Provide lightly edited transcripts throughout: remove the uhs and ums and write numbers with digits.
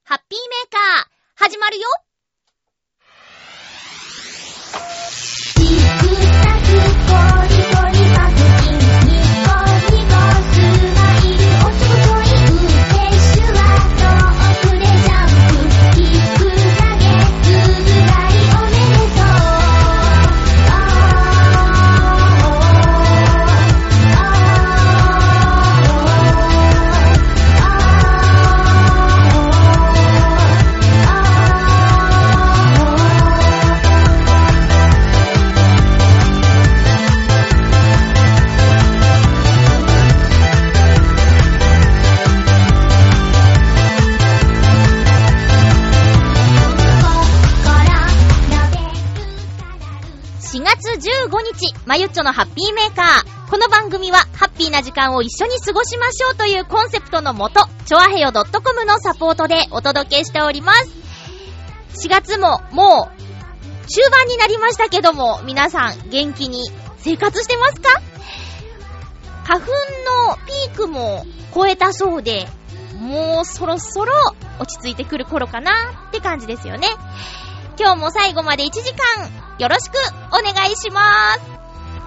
ハッピーメーカー始まるよ。4月15日、まゆっちょのハッピーメーカー。この番組はハッピーな時間を一緒に過ごしましょうというコンセプトのもと、ちょあへよ .com のサポートでお届けしております。4月ももう終盤になりましたけども、皆さん元気に生活してますか？花粉のピークも超えたそうで、もうそろそろ落ち着いてくる頃かなって感じですよね。今日も最後まで1時間よろしくお願いします。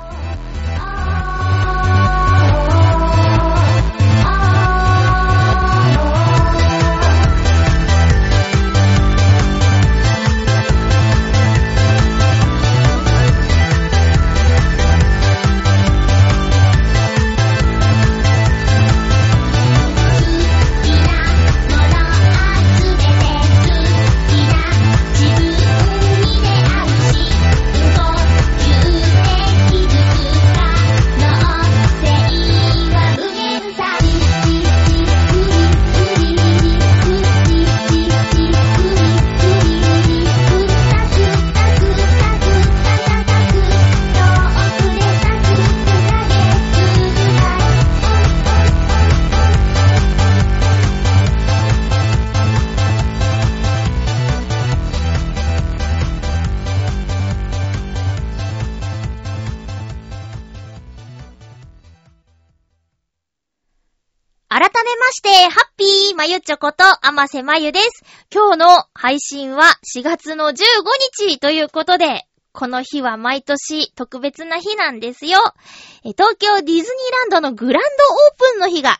改めまして、ハッピーまゆっちょこと甘瀬まゆです。今日の配信は4月の15日ということで、この日は毎年特別な日なんですよ。東京ディズニーランドのグランドオープンの日が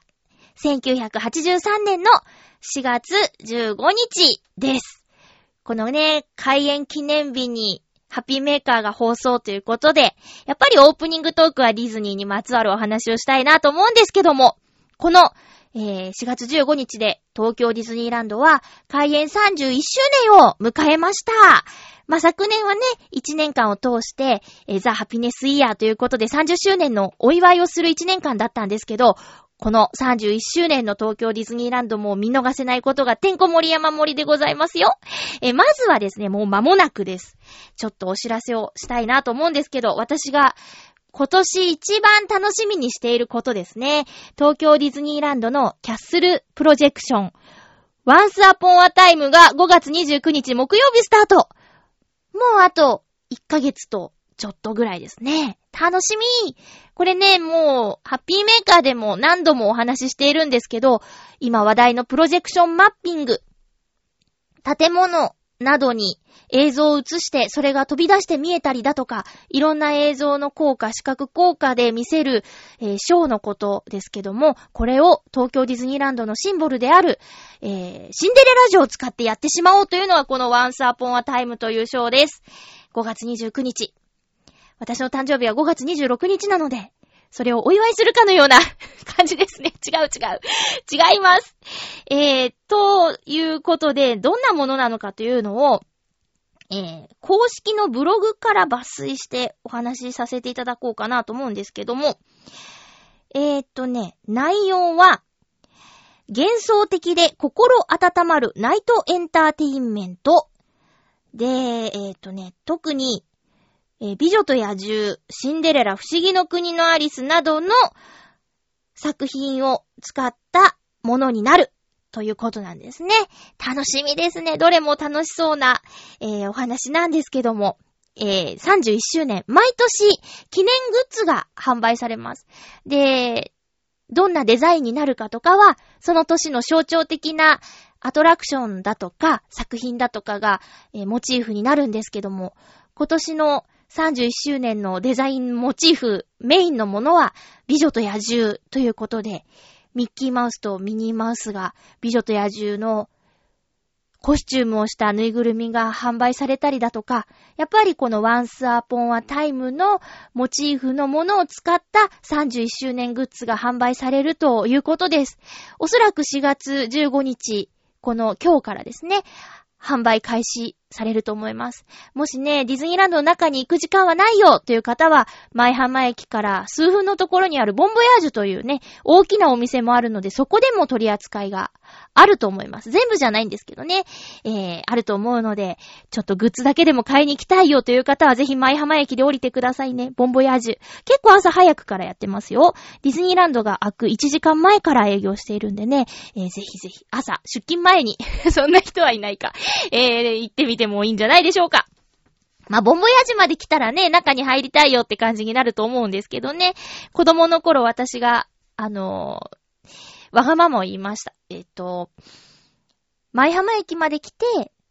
1983年の4月15日です。このね、開園記念日にハッピーメーカーが放送ということで、やっぱりオープニングトークはディズニーにまつわるお話をしたいなと思うんですけども、この、4月15日で東京ディズニーランドは開園31周年を迎えました。昨年はね、1年間を通して、ザ・ハピネスイヤーということで30周年のお祝いをする1年間だったんですけど、この31周年の東京ディズニーランドも見逃せないことがてんこ盛り山盛りでございますよ。まずはですね、もう間もなくです。ちょっとお知らせをしたいなと思うんですけど、私が今年一番楽しみにしていることですね。東京ディズニーランドのキャッスルプロジェクション。Once Upon a Time が5月29日木曜日スタート。もうあと1ヶ月とちょっとぐらいですね。楽しみ。これね、もうハッピーメーカーでも何度もお話ししているんですけど、今話題のプロジェクションマッピング。建物などに映像を映してそれが飛び出して見えたりだとか、いろんな映像の効果、視覚効果で見せる、ショーのことですけども、これを東京ディズニーランドのシンボルである、シンデレラ城を使ってやってしまおうというのがこの Once Upon a Time というショーです。5月29日。私の誕生日は5月26日なので、それをお祝いするかのような感じですね。違います。ということで、どんなものなのかというのを、公式のブログから抜粋してお話しさせていただこうかなと思うんですけども、内容は、幻想的で心温まるナイトエンターテインメント。で、特に、美女と野獣、シンデレラ、不思議の国のアリスなどの作品を使ったものになるということなんですね。楽しみですね。どれも楽しそうな、お話なんですけども、31周年、毎年記念グッズが販売されます。で、どんなデザインになるかとかは、その年の象徴的なアトラクションだとか作品だとかが、モチーフになるんですけども、今年の31周年のデザインモチーフメインのものは美女と野獣ということで、ミッキーマウスとミニーマウスが美女と野獣のコスチュームをしたぬいぐるみが販売されたりだとか、やっぱりこのOnce Upon a Timeのモチーフのものを使った31周年グッズが販売されるということです。おそらく4月15日、この今日からですね、販売開始されると思います。もしね、ディズニーランドの中に行く時間はないよという方は、舞浜駅から数分のところにあるボンボヤージュというね、大きなお店もあるので、そこでも取り扱いがあると思います。全部じゃないんですけどね、あると思うので、ちょっとグッズだけでも買いに行きたいよという方は、ぜひ舞浜駅で降りてくださいね。ボンボヤージュ。結構朝早くからやってますよ。ディズニーランドが開く1時間前から営業しているんでね、ぜひぜひ朝出勤前にそんな人はいないか、行ってみてもいいんじゃないでしょうか。まあ、ボンボヤージュまで来たらね、中に入りたいよって感じになると思うんですけどね。子供の頃私が、わがままを言いました。舞浜駅まで来て、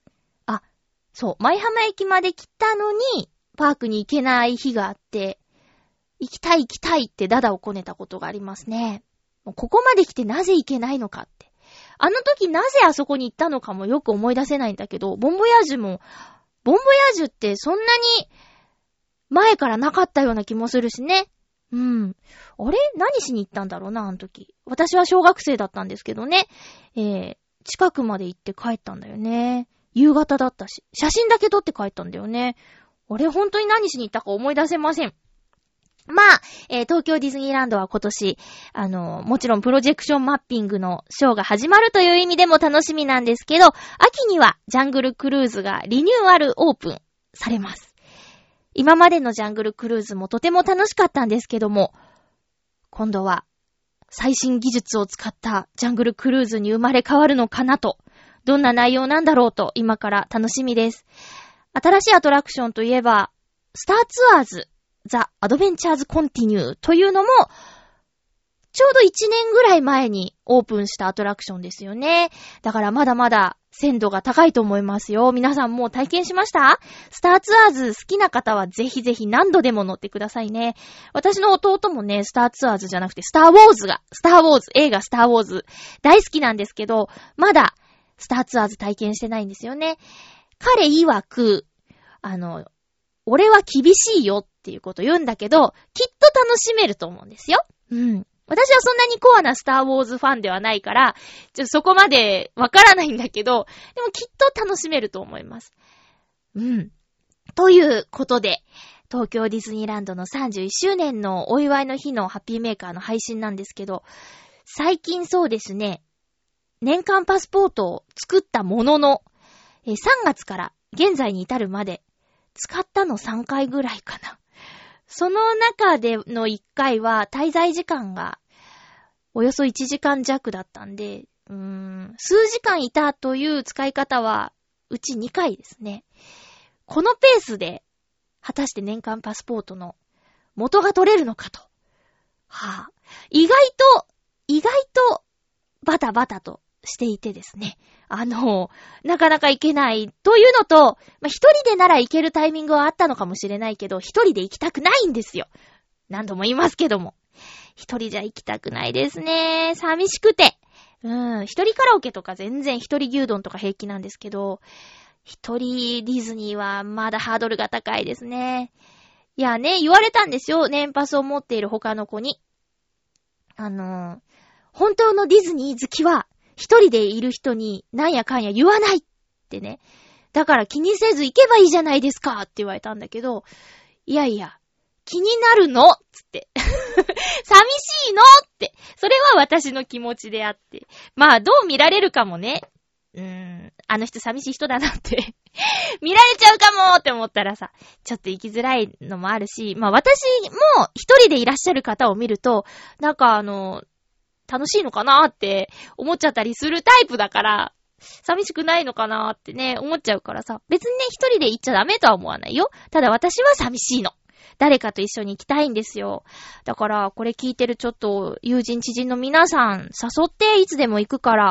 舞浜駅まで来たのに、パークに行けない日があって、行きたいってダダをこねたことがありますね。もうここまで来てなぜ行けないのかって。あの時なぜあそこに行ったのかもよく思い出せないんだけど、ボンボヤージュってそんなに前からなかったような気もするしね。あれ？何しに行ったんだろうな、あの時。私は小学生だったんですけどね。近くまで行って帰ったんだよね。夕方だったし。写真だけ撮って帰ったんだよね。俺本当に何しに行ったか思い出せません。まあ、東京ディズニーランドは今年、もちろんプロジェクションマッピングのショーが始まるという意味でも楽しみなんですけど、秋にはジャングルクルーズがリニューアルオープンされます。今までのジャングルクルーズもとても楽しかったんですけども、今度は最新技術を使ったジャングルクルーズに生まれ変わるのかなと、どんな内容なんだろうと今から楽しみです。新しいアトラクションといえば、スターツアーズザ・アドベンチャーズ・コンティニューというのも、ちょうど1年ぐらい前にオープンしたアトラクションですよね。だからまだまだ鮮度が高いと思いますよ。皆さんもう体験しました？スターツアーズ好きな方はぜひぜひ何度でも乗ってくださいね。私の弟もね、スターツアーズじゃなくて映画スターウォーズ大好きなんですけど、まだスターツアーズ体験してないんですよね。彼曰く、俺は厳しいよっていうこと言うんだけど、きっと楽しめると思うんですよ。私はそんなにコアなスターウォーズファンではないから、そこまでわからないんだけど、でもきっと楽しめると思います。ということで、東京ディズニーランドの31周年のお祝いの日のハッピーメーカーの配信なんですけど、最近そうですね、年間パスポートを作ったものの、3月から現在に至るまで、使ったの3回ぐらいかな。その中での1回は滞在時間がおよそ1時間弱だったんで、数時間いたという使い方はうち2回ですね。このペースで果たして年間パスポートの元が取れるのかと。意外とバタバタとしていてですね。なかなか行けないというのと、一人でなら行けるタイミングはあったのかもしれないけど、一人で行きたくないんですよ。何度も言いますけども。一人じゃ行きたくないですね。寂しくて。一人カラオケとか全然一人牛丼とか平気なんですけど、一人ディズニーはまだハードルが高いですね。いやね、言われたんですよ。年パスを持っている他の子に。本当のディズニー好きは、一人でいる人になんやかんや言わないってね。だから気にせず行けばいいじゃないですかって言われたんだけど、いやいや、気になるのつって。寂しいのって。それは私の気持ちであって。まあ、どう見られるかもね。あの人寂しい人だなって見られちゃうかもって思ったらさ、ちょっと行きづらいのもあるし、まあ私も一人でいらっしゃる方を見ると、なんか楽しいのかなって思っちゃったりするタイプだから、寂しくないのかなってね、思っちゃうからさ、別にね、一人で行っちゃダメとは思わないよ。ただ私は寂しいの。誰かと一緒に行きたいんですよ。だから、これ聞いてるちょっと友人知人の皆さん、誘っていつでも行くから、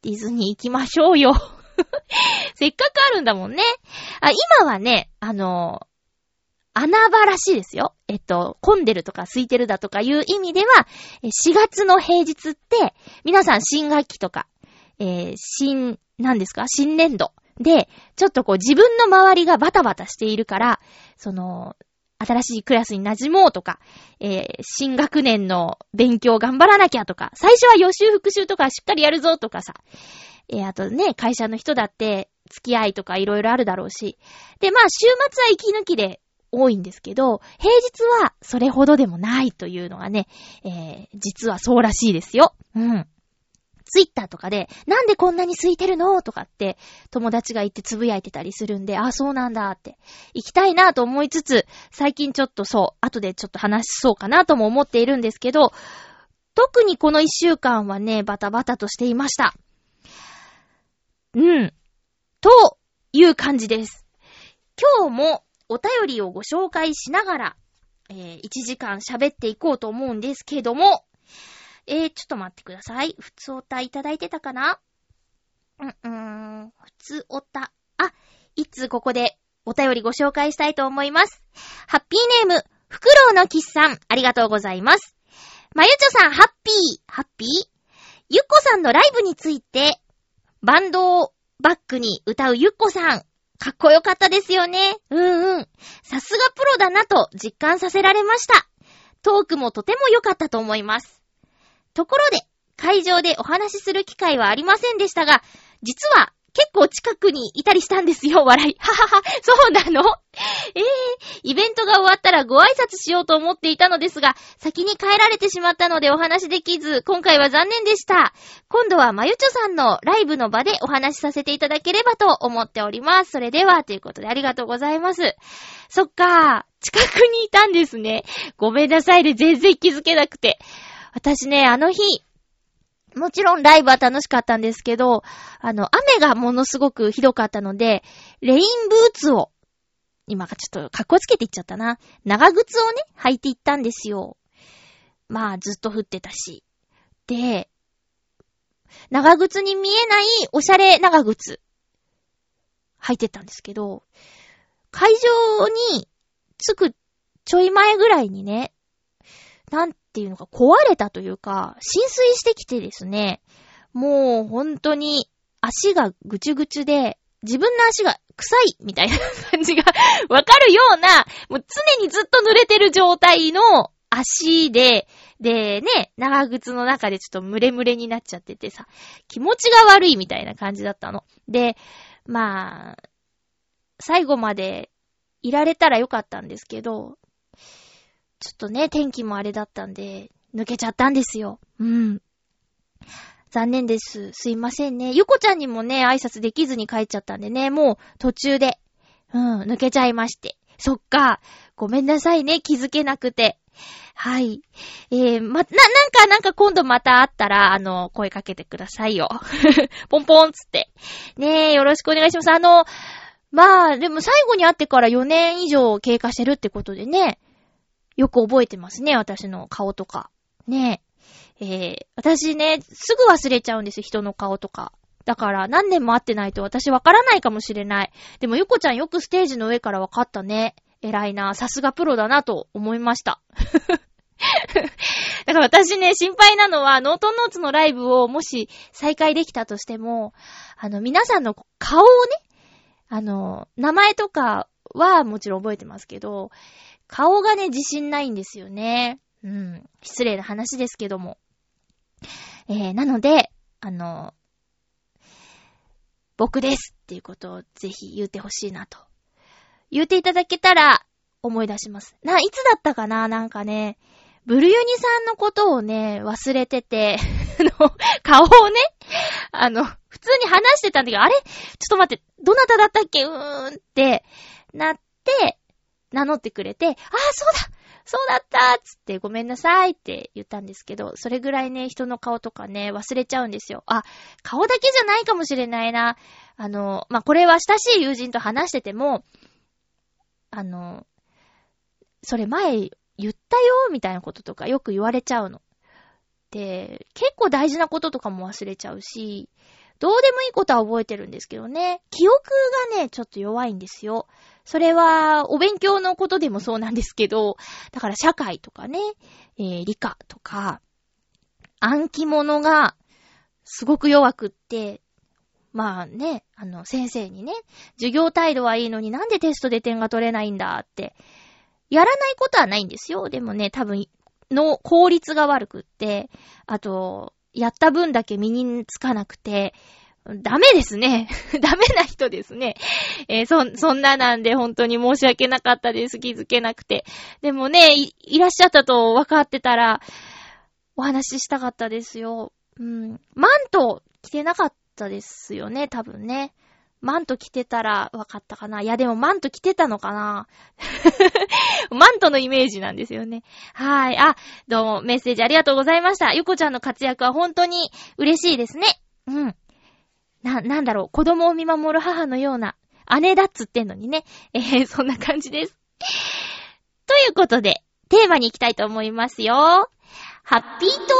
ディズニー行きましょうよ。せっかくあるんだもんね。今はね、穴場らしいですよ。混んでるとか空いてるだとかいう意味では、4月の平日って、皆さん新学期とか、何ですか？新年度で、ちょっとこう自分の周りがバタバタしているから、新しいクラスに馴染もうとか、新学年の勉強頑張らなきゃとか、最初は予習復習とかしっかりやるぞとかさ、あとね、会社の人だって付き合いとかいろいろあるだろうし。で、まあ週末は息抜きで多いんですけど、平日はそれほどでもないというのがね、実はそうらしいですよ。うん。ツイッターとかで、なんでこんなに空いてるのとかって友達が言ってつぶやいてたりするんで、あ、そうなんだって。行きたいなと思いつつ、最近ちょっと後でちょっと話そうかなとも思っているんですけど、特にこの1週間はね、バタバタとしていました。という感じです。今日もお便りをご紹介しながら、1時間喋っていこうと思うんですけども、ちょっと待ってください。普通おたいただいてたかな？普通おた。いつここでお便りご紹介したいと思います。ハッピーネーム、フクロウのキスさん、ありがとうございます。まゆちょさん、ハッピーゆっこさんのライブについて、バンドをバックに歌うゆっこさん、かっこよかったですよね。さすがプロだなと実感させられました。トークもとても良かったと思います。ところで、会場でお話しする機会はありませんでしたが、実は結構近くにいたりしたんですよ、笑い。ははは、そうなの？イベントが終わったらご挨拶しようと思っていたのですが、先に帰られてしまったのでお話できず、今回は残念でした。今度はまゆちょさんのライブの場でお話しさせていただければと思っております。それでは、ということでありがとうございます。そっか、近くにいたんですね。ごめんなさいね、全然気づけなくて。私ね、あの日、もちろんライブは楽しかったんですけど、雨がものすごくひどかったので、レインブーツを、今ちょっと格好つけていっちゃったな。長靴をね、履いていったんですよ。まあ、ずっと降ってたし。で、長靴に見えないおしゃれ長靴、履いてったんですけど、会場に着くちょい前ぐらいにね、なんていうのか壊れたというか、浸水してきてですね、もう本当に足がぐちゅぐちゅで、自分の足が臭いみたいな感じがわかるような、もう常にずっと濡れてる状態の足で、でね、長靴の中でちょっとムレムレになっちゃっててさ、気持ちが悪いみたいな感じだったの。で、まあ、最後までいられたらよかったんですけど、ちょっとね、天気もあれだったんで、抜けちゃったんですよ。残念です。すいませんね。ゆこちゃんにもね、挨拶できずに帰っちゃったんでね、もう途中で、抜けちゃいまして。そっか。ごめんなさいね、気づけなくて。はい。なんか今度また会ったら、声かけてくださいよ。ポンポンつって。ねえ、よろしくお願いします。まあ、でも最後に会ってから4年以上経過してるってことでね、よく覚えてますね、私の顔とか。ねえ。私ね、すぐ忘れちゃうんですよ、人の顔とか。だから何年も会ってないと私わからないかもしれない。でもゆこちゃんよくステージの上からわかったね。偉いな、さすがプロだなと思いました。だから私ね、心配なのは、ノートンノーツのライブをもし再開できたとしても、皆さんの顔をね、名前とかはもちろん覚えてますけど、顔がね、自信ないんですよね。失礼な話ですけども。なので、僕ですっていうことをぜひ言ってほしいなと。言っていただけたら思い出します。いつだったかな、なんかね、ブルユニさんのことをね、忘れてて、顔をね、普通に話してたんだけど、あれ？ちょっと待って、どなただったっけ？ってなって、名乗ってくれて、そうだったつってごめんなさいって言ったんですけど、それぐらいね、人の顔とかね、忘れちゃうんですよ。顔だけじゃないかもしれないな。これは親しい友人と話してても、それ前言ったよみたいなこととかよく言われちゃうの。で、結構大事なこととかも忘れちゃうし、 どうでもいいことは覚えてるんですけどね。記憶がね、ちょっと弱いんですよ。それは、お勉強のことでもそうなんですけど、だから社会とかね、理科とか、暗記物がすごく弱くって、まあね、先生にね、授業態度はいいのになんでテストで点が取れないんだって、やらないことはないんですよ。でもね、多分、の効率が悪くって、あと、やった分だけ身につかなくて、ダメですね。ダメな人ですね。そんななんで本当に申し訳なかったです。気づけなくて。でもね、いらっしゃったと分かってたら、お話ししたかったですよ。マント着てなかったですよね、多分ね。マント着てたら分かったかな。いやでもマント着てたのかな。マントのイメージなんですよね。はい。あ、どうもメッセージありがとうございました。ゆこちゃんの活躍は本当に嬉しいですね。なんだろう、子供を見守る母のような姉だっつってんのにね。そんな感じです。ということで、テーマに行きたいと思いますよ。ハッピートーク！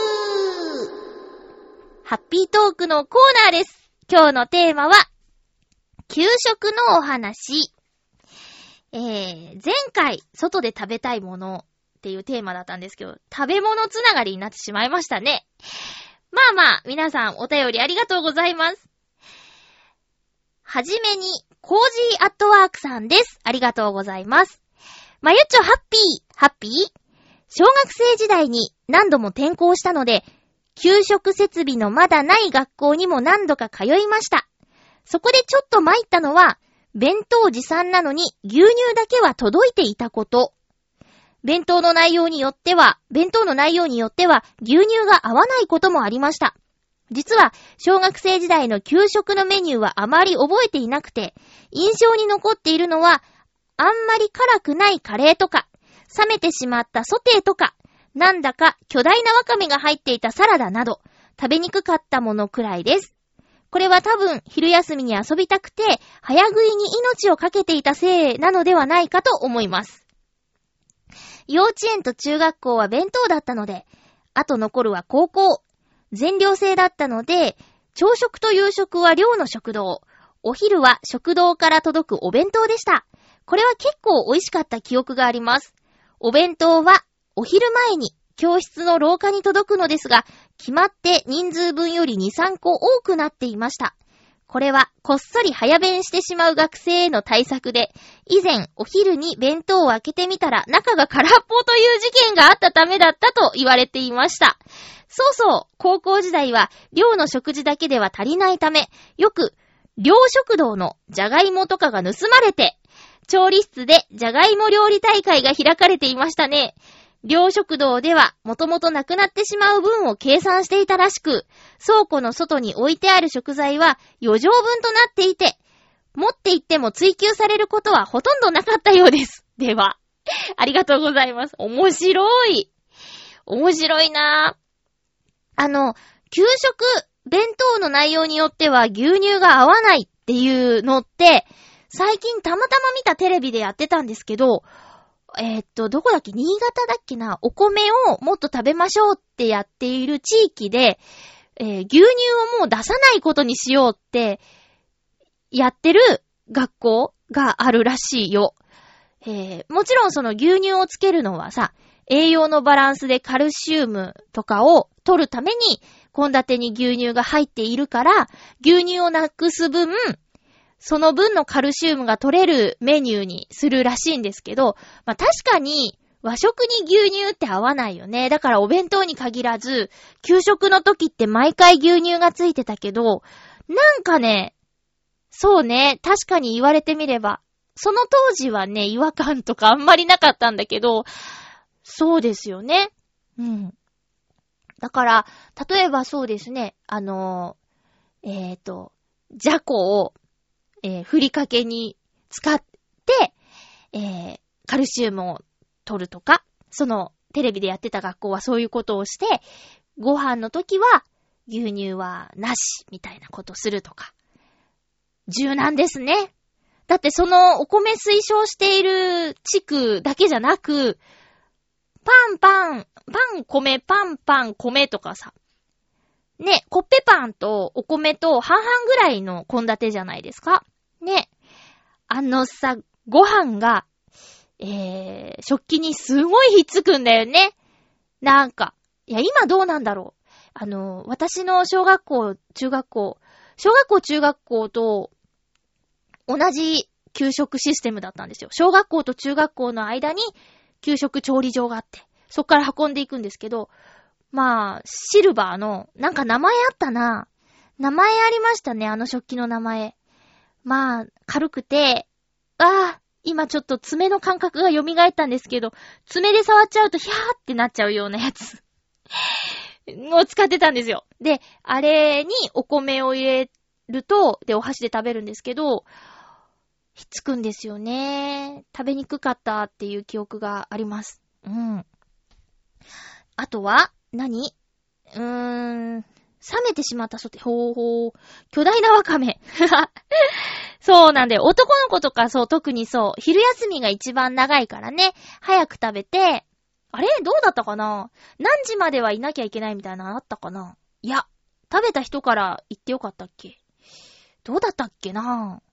ハッピートークのコーナーです。今日のテーマは、給食のお話。前回、外で食べたいものっていうテーマだったんですけど、食べ物つながりになってしまいましたね。まあまあ、皆さんお便りありがとうございます。はじめに、コージーアットワークさんです。ありがとうございます。まゆっちょハッピー小学生時代に何度も転校したので、給食設備のまだない学校にも何度か通いました。そこでちょっと参ったのは、弁当持参なのに牛乳だけは届いていたこと。弁当の内容によっては牛乳が合わないこともありました。実は小学生時代の給食のメニューはあまり覚えていなくて、印象に残っているのはあんまり辛くないカレーとか、冷めてしまったソテーとか、なんだか巨大なワカメが入っていたサラダなど、食べにくかったものくらいです。これは多分昼休みに遊びたくて早食いに命をかけていたせいなのではないかと思います。幼稚園と中学校は弁当だったので、あと残るは高校。全寮制だったので、朝食と夕食は寮の食堂。お昼は食堂から届くお弁当でした。これは結構美味しかった記憶があります。お弁当はお昼前に教室の廊下に届くのですが、決まって人数分より 2,3 個多くなっていました。これはこっそり早弁してしまう学生への対策で、以前お昼に弁当を開けてみたら中が空っぽという事件があったためだったと言われていました。そうそう、高校時代は寮の食事だけでは足りないため、よく寮食堂のじゃがいもとかが盗まれて、調理室でじゃがいも料理大会が開かれていましたね。寮食堂ではもともとなくなってしまう分を計算していたらしく、倉庫の外に置いてある食材は余剰分となっていて、持って行っても追求されることはほとんどなかったようです。では、ありがとうございます。面白いなぁ。給食、弁当の内容によっては牛乳が合わないっていうのって、最近たまたま見たテレビでやってたんですけど、どこだっけ？新潟だっけな？お米をもっと食べましょうってやっている地域で、牛乳をもう出さないことにしようってやってる学校があるらしいよ。もちろんその牛乳をつけるのはさ、栄養のバランスでカルシウムとかを取るために献立に牛乳が入っているから、牛乳をなくす分、その分のカルシウムが取れるメニューにするらしいんですけど、まあ確かに和食に牛乳って合わないよね。だからお弁当に限らず、給食の時って毎回牛乳がついてたけど、なんかね、そうね、確かに言われてみれば、その当時はね、違和感とかあんまりなかったんだけど、そうですよね。だから、例えばそうですね、じゃこを、ふりかけに使って、カルシウムを取るとか、そのテレビでやってた学校はそういうことをして、ご飯の時は牛乳はなしみたいなことするとか。柔軟ですね。だってそのお米推奨している地区だけじゃなく、パン米とかさ。 ね、コッペパンとお米と半々ぐらいの献立じゃないですか。ね。ご飯が、食器にすごいひっつくんだよね。なんか。いや、今どうなんだろう。私の小学校、中学校と同じ給食システムだったんですよ。小学校と中学校の間に給食調理場があって、そっから運んでいくんですけど、まあ、シルバーの、なんか名前あったな。名前ありましたね、あの食器の名前。まあ、軽くて、今ちょっと爪の感覚が蘇ったんですけど、爪で触っちゃうとヒャーってなっちゃうようなやつを使ってたんですよ。で、あれにお米を入れると、で、お箸で食べるんですけど、ひっつくんですよね。食べにくかったっていう記憶があります。うん。あとは、冷めてしまった巨大なワカメ。そうなんだよ。男の子とかそう、特にそう、昼休みが一番長いからね、早く食べて、あれどうだったかな？何時まではいなきゃいけないみたいなのあったかな？いや、食べた人から言ってよかったっけ？どうだったっけな？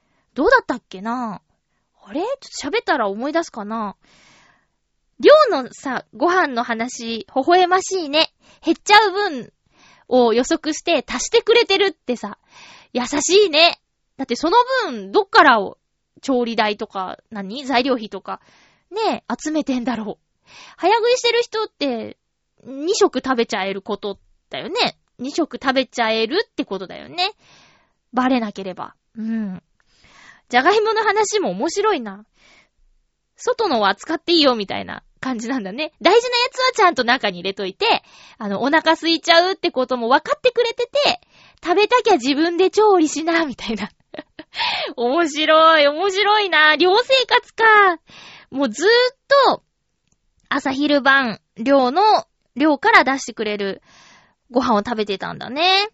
あれちょっと喋ったら思い出すかな？量のさ、ご飯の話、微笑ましいね。減っちゃう分を予測して足してくれてるってさ、優しいね。だってその分、どっから調理代とか、材料費とか、ね、集めてんだろう。早食いしてる人って、2食食べちゃえることだよね。2食食べちゃえるってことだよね。バレなければ。うん。じゃがいもの話も面白いな。外のは扱っていいよみたいな感じなんだね。大事なやつはちゃんと中に入れといて、お腹空いちゃうってことも分かってくれてて、食べたきゃ自分で調理しな、みたいな。面白いな。寮生活か。もうずーっと、朝昼晩、寮から出してくれるご飯を食べてたんだね。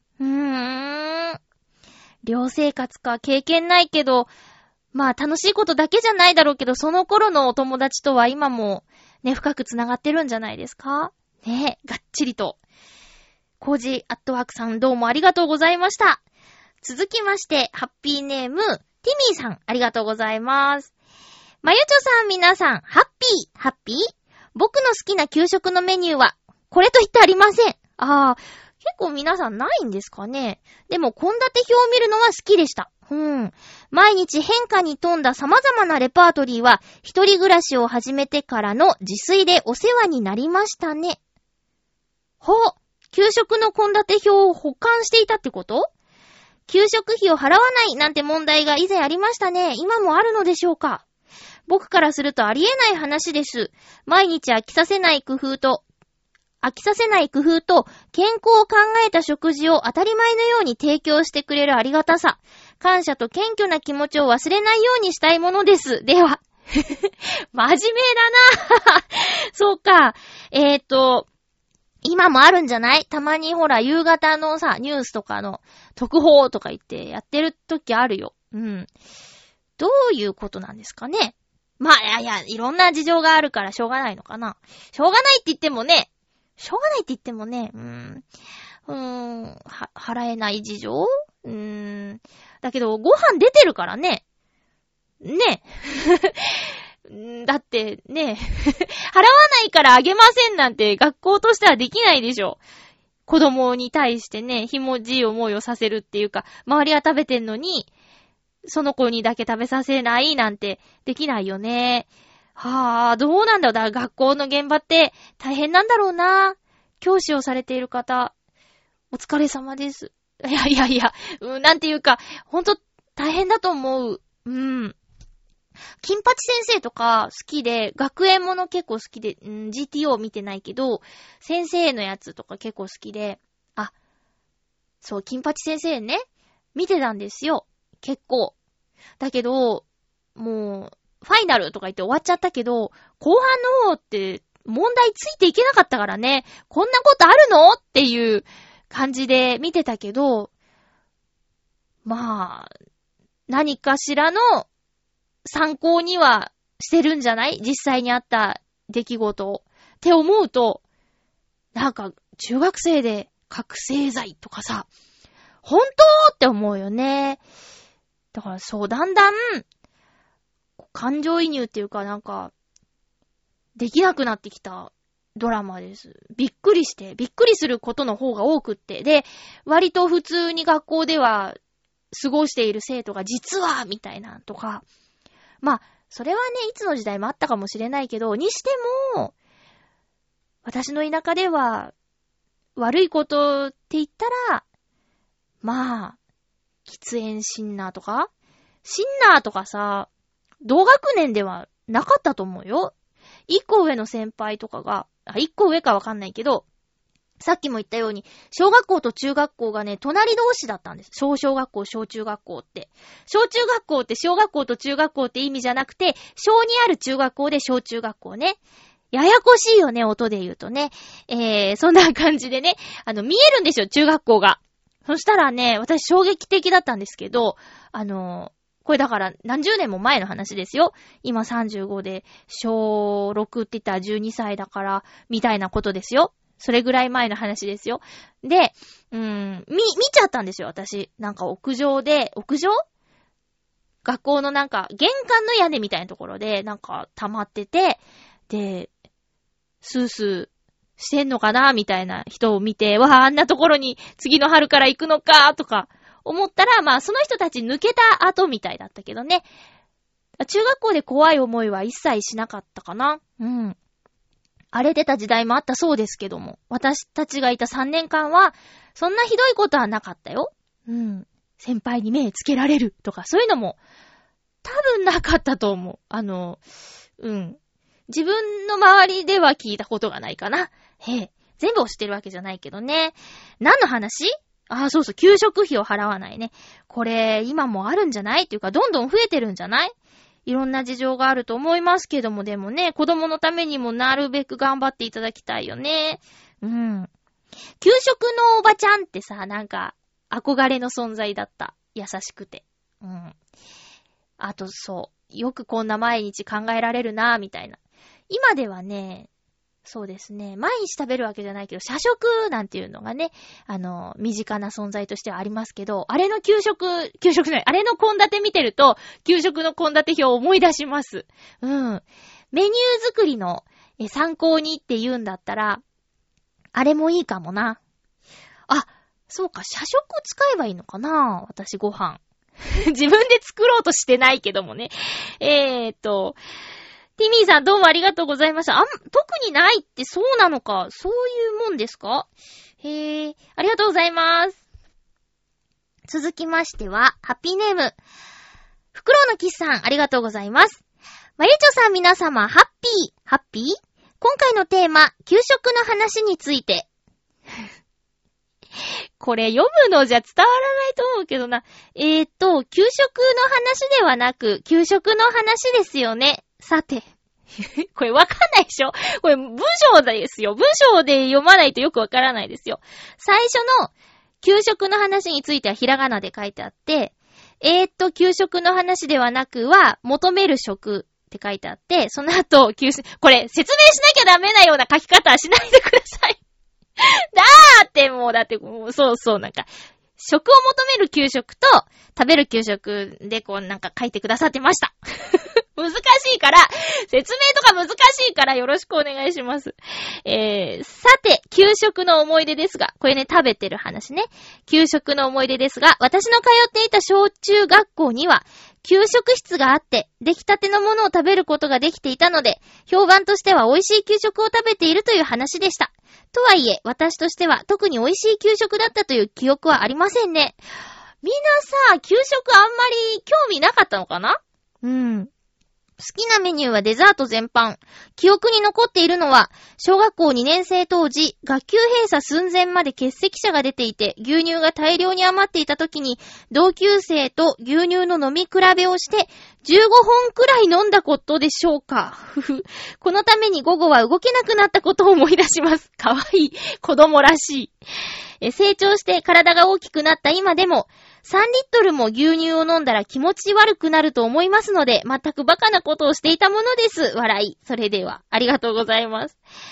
寮生活か、経験ないけど、まあ楽しいことだけじゃないだろうけど、その頃のお友達とは今もね、深くつながってるんじゃないですかね。がっちりと。コージーアットワークさんどうもありがとうございました。続きまして、ハッピーネーム、ティミーさんありがとうございます。まゆちょさん皆さん、ハッピー僕の好きな給食のメニューは、これと言ってありません。結構皆さんないんですかね。でも、献立表を見るのは好きでした。毎日変化に富んだ様々なレパートリーは、一人暮らしを始めてからの自炊でお世話になりましたね。給食の献立表を保管していたってこと？給食費を払わないなんて問題が以前ありましたね。今もあるのでしょうか？僕からするとありえない話です。毎日飽きさせない工夫と健康を考えた食事を当たり前のように提供してくれるありがたさ。感謝と謙虚な気持ちを忘れないようにしたいものです。では。真面目だなそうか。今もあるんじゃない？たまにほら、夕方のさ、ニュースとかの特報とか言ってやってる時あるよ。どういうことなんですかね？まあ、いろんな事情があるからしょうがないのかな。しょうがないって言ってもね、払えない事情？だけど、ご飯出てるからね。ね。だってね、払わないからあげませんなんて学校としてはできないでしょ。子供に対してね、ひもじい思いをさせるっていうか、周りは食べてんのに、その子にだけ食べさせないなんてできないよね。どうなんだろう。だから学校の現場って大変なんだろうな。教師をされている方、お疲れ様です。なんていうか、ほんと大変だと思う。金八先生とか好きで、学園もの結構好きで、GTO 見てないけど、先生のやつとか結構好きで、そう、金八先生ね、見てたんですよ。結構。だけど、もう、ファイナルとか言って終わっちゃったけど、後半の方って問題ついていけなかったからね、こんなことあるの？っていう感じで見てたけど、まあ、何かしらの参考にはしてるんじゃない？実際にあった出来事を。って思うと、なんか中学生で覚醒剤とかさ、本当って思うよね。だからそう、だんだん、感情移入っていうかなんか、できなくなってきたドラマです。びっくりすることの方が多くって。で、割と普通に学校では過ごしている生徒が実は、みたいなとか。まあ、それはね、いつの時代もあったかもしれないけど、にしても、私の田舎では、悪いことって言ったら、まあ、喫煙シンナーとかシンナーとかさ、同学年ではなかったと思うよ。一個上の先輩とかが、一個上かわかんないけど、さっきも言ったように、小学校と中学校がね、隣同士だったんです。小学校、小中学校って。小中学校って小学校と中学校って意味じゃなくて、小にある中学校で小中学校ね。ややこしいよね、音で言うとね。そんな感じでね、見えるんですよ、中学校が。そしたらね、私衝撃的だったんですけど、これだから何十年も前の話ですよ。今35で、小6って言ったら12歳だから、みたいなことですよ。それぐらい前の話ですよ。で、見ちゃったんですよ、私。なんか屋上学校のなんか、玄関の屋根みたいなところで、なんか溜まってて、で、スースーしてんのかなみたいな人を見て、わあ、あんなところに次の春から行くのかとか思ったら、まあその人たち抜けた後みたいだったけどね。中学校で怖い思いは一切しなかったかな。うん。荒れてた時代もあったそうですけども、私たちがいた3年間は、そんなひどいことはなかったよ。うん。先輩に目つけられるとか、そういうのも、多分なかったと思う。うん。自分の周りでは聞いたことがないかな。全部を知ってるわけじゃないけどね。何の話？そうそう、給食費を払わないね。これ、今もあるんじゃない？っていうか、どんどん増えてるんじゃない？いろんな事情があると思いますけども、でもね、子供のためにもなるべく頑張っていただきたいよね。うん。給食のおばちゃんってさ、なんか、憧れの存在だった。優しくて。うん。あと、そう。よくこんな毎日考えられるなぁ、みたいな。今ではね、そうですね、毎日食べるわけじゃないけど、社食なんていうのがね、身近な存在としてはありますけど、あれのあれの献立見てると、給食の献立表を思い出します。うん。メニュー作りの参考にって言うんだったら、あれもいいかもな。そうか、社食使えばいいのかな？私ご飯。自分で作ろうとしてないけどもね。ティミーさんどうもありがとうございました。特にないってそうなのか。そういうもんですか？ありがとうございます。続きましては、ハッピーネーム。フクロウのキスさん、ありがとうございます。マリチョさん皆様、ハッピー？今回のテーマ、給食の話について。これ読むのじゃ伝わらないと思うけどな。給食の話ではなく、給食の話ですよね。さて。これわかんないでしょ？これ文章ですよ。文章で読まないとよくわからないですよ。最初の給食の話についてはひらがなで書いてあって、給食の話ではなくは、求める食って書いてあって、その後、これ説明しなきゃダメなような書き方はしないでください。だってもうそうなんか、食を求める給食と食べる給食でなんか書いてくださってました。難しいから、説明とか難しいからよろしくお願いします。さて、給食の思い出ですが、これね、食べてる話ね。給食の思い出ですが、私の通っていた小中学校には、給食室があって、出来たてのものを食べることができていたので、評判としては美味しい給食を食べているという話でした。とはいえ、私としては特に美味しい給食だったという記憶はありませんね。みんなさ、給食あんまり興味なかったのかな？うん。好きなメニューはデザート全般。記憶に残っているのは、小学校2年生当時、学級閉鎖寸前まで欠席者が出ていて、牛乳が大量に余っていた時に、同級生と牛乳の飲み比べをして、15本くらい飲んだことでしょうか。このために午後は動けなくなったことを思い出します。かわいい。子供らしい。成長して体が大きくなった今でも、3リットルも牛乳を飲んだら気持ち悪くなると思いますので、全くバカなことをしていたものです。笑い。それでは、ありがとうございます。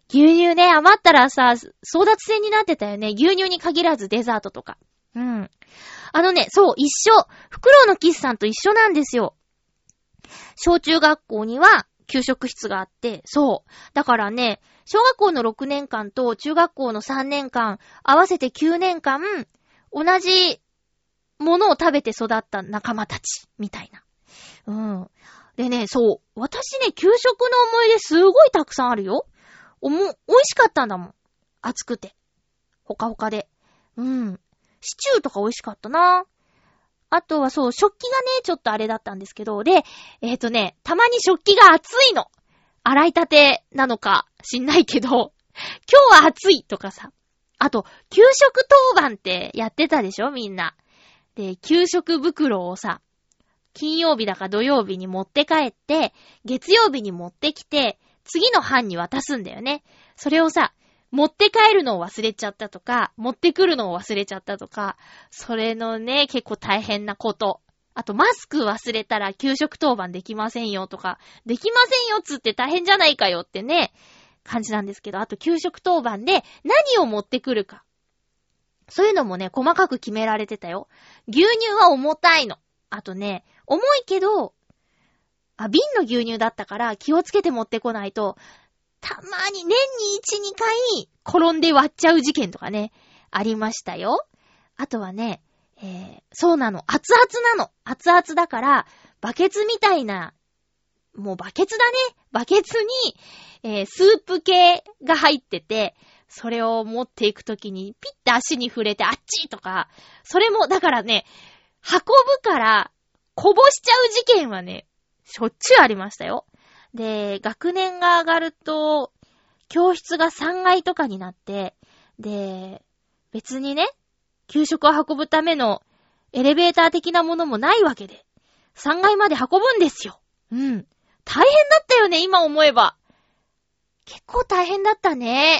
牛乳ね、余ったらさ、争奪戦になってたよね。牛乳に限らずデザートとか。うん。そう、一緒。フクロウのキスさんと一緒なんですよ。小中学校には給食室があって、そう。だからね、小学校の6年間と中学校の3年間、合わせて9年間、同じものを食べて育った仲間たち、みたいな。うん。でね、そう。私ね、給食の思い出すごいたくさんあるよ。美味しかったんだもん。熱くて。ほかほかで。うん。シチューとか美味しかったな。あとはそう、食器がね、ちょっとあれだったんですけど、で、たまに食器が熱いの。洗いたてなのか知んないけど、今日は暑いとかさ。あと、給食当番ってやってたでしょみんな。で、給食袋をさ、金曜日だか土曜日に持って帰って、月曜日に持ってきて、次の班に渡すんだよね。それをさ、持って帰るのを忘れちゃったとか、持ってくるのを忘れちゃったとか、それのね、結構大変なこと。あと、マスク忘れたら給食当番できませんよとか、できませんよっつって大変じゃないかよってね、感じなんですけど、あと給食当番で何を持ってくるか。そういうのもね、細かく決められてたよ。牛乳は重たいの。あとね、重いけど、瓶の牛乳だったから気をつけて持ってこないと、たまに年に1、2回転んで割っちゃう事件とかね、ありましたよ。あとはね、そうなの。熱々なの。熱々だから、バケツみたいな、もうバケツだね。バケツに、スープ系が入ってて、それを持っていくときにピッて足に触れてあっちとか、それもだからね、運ぶからこぼしちゃう事件はね、しょっちゅうありましたよ。で、学年が上がると、教室が3階とかになって、で、別にね、給食を運ぶためのエレベーター的なものもないわけで、3階まで運ぶんですよ。うん。大変だったよね、今思えば。結構大変だったね。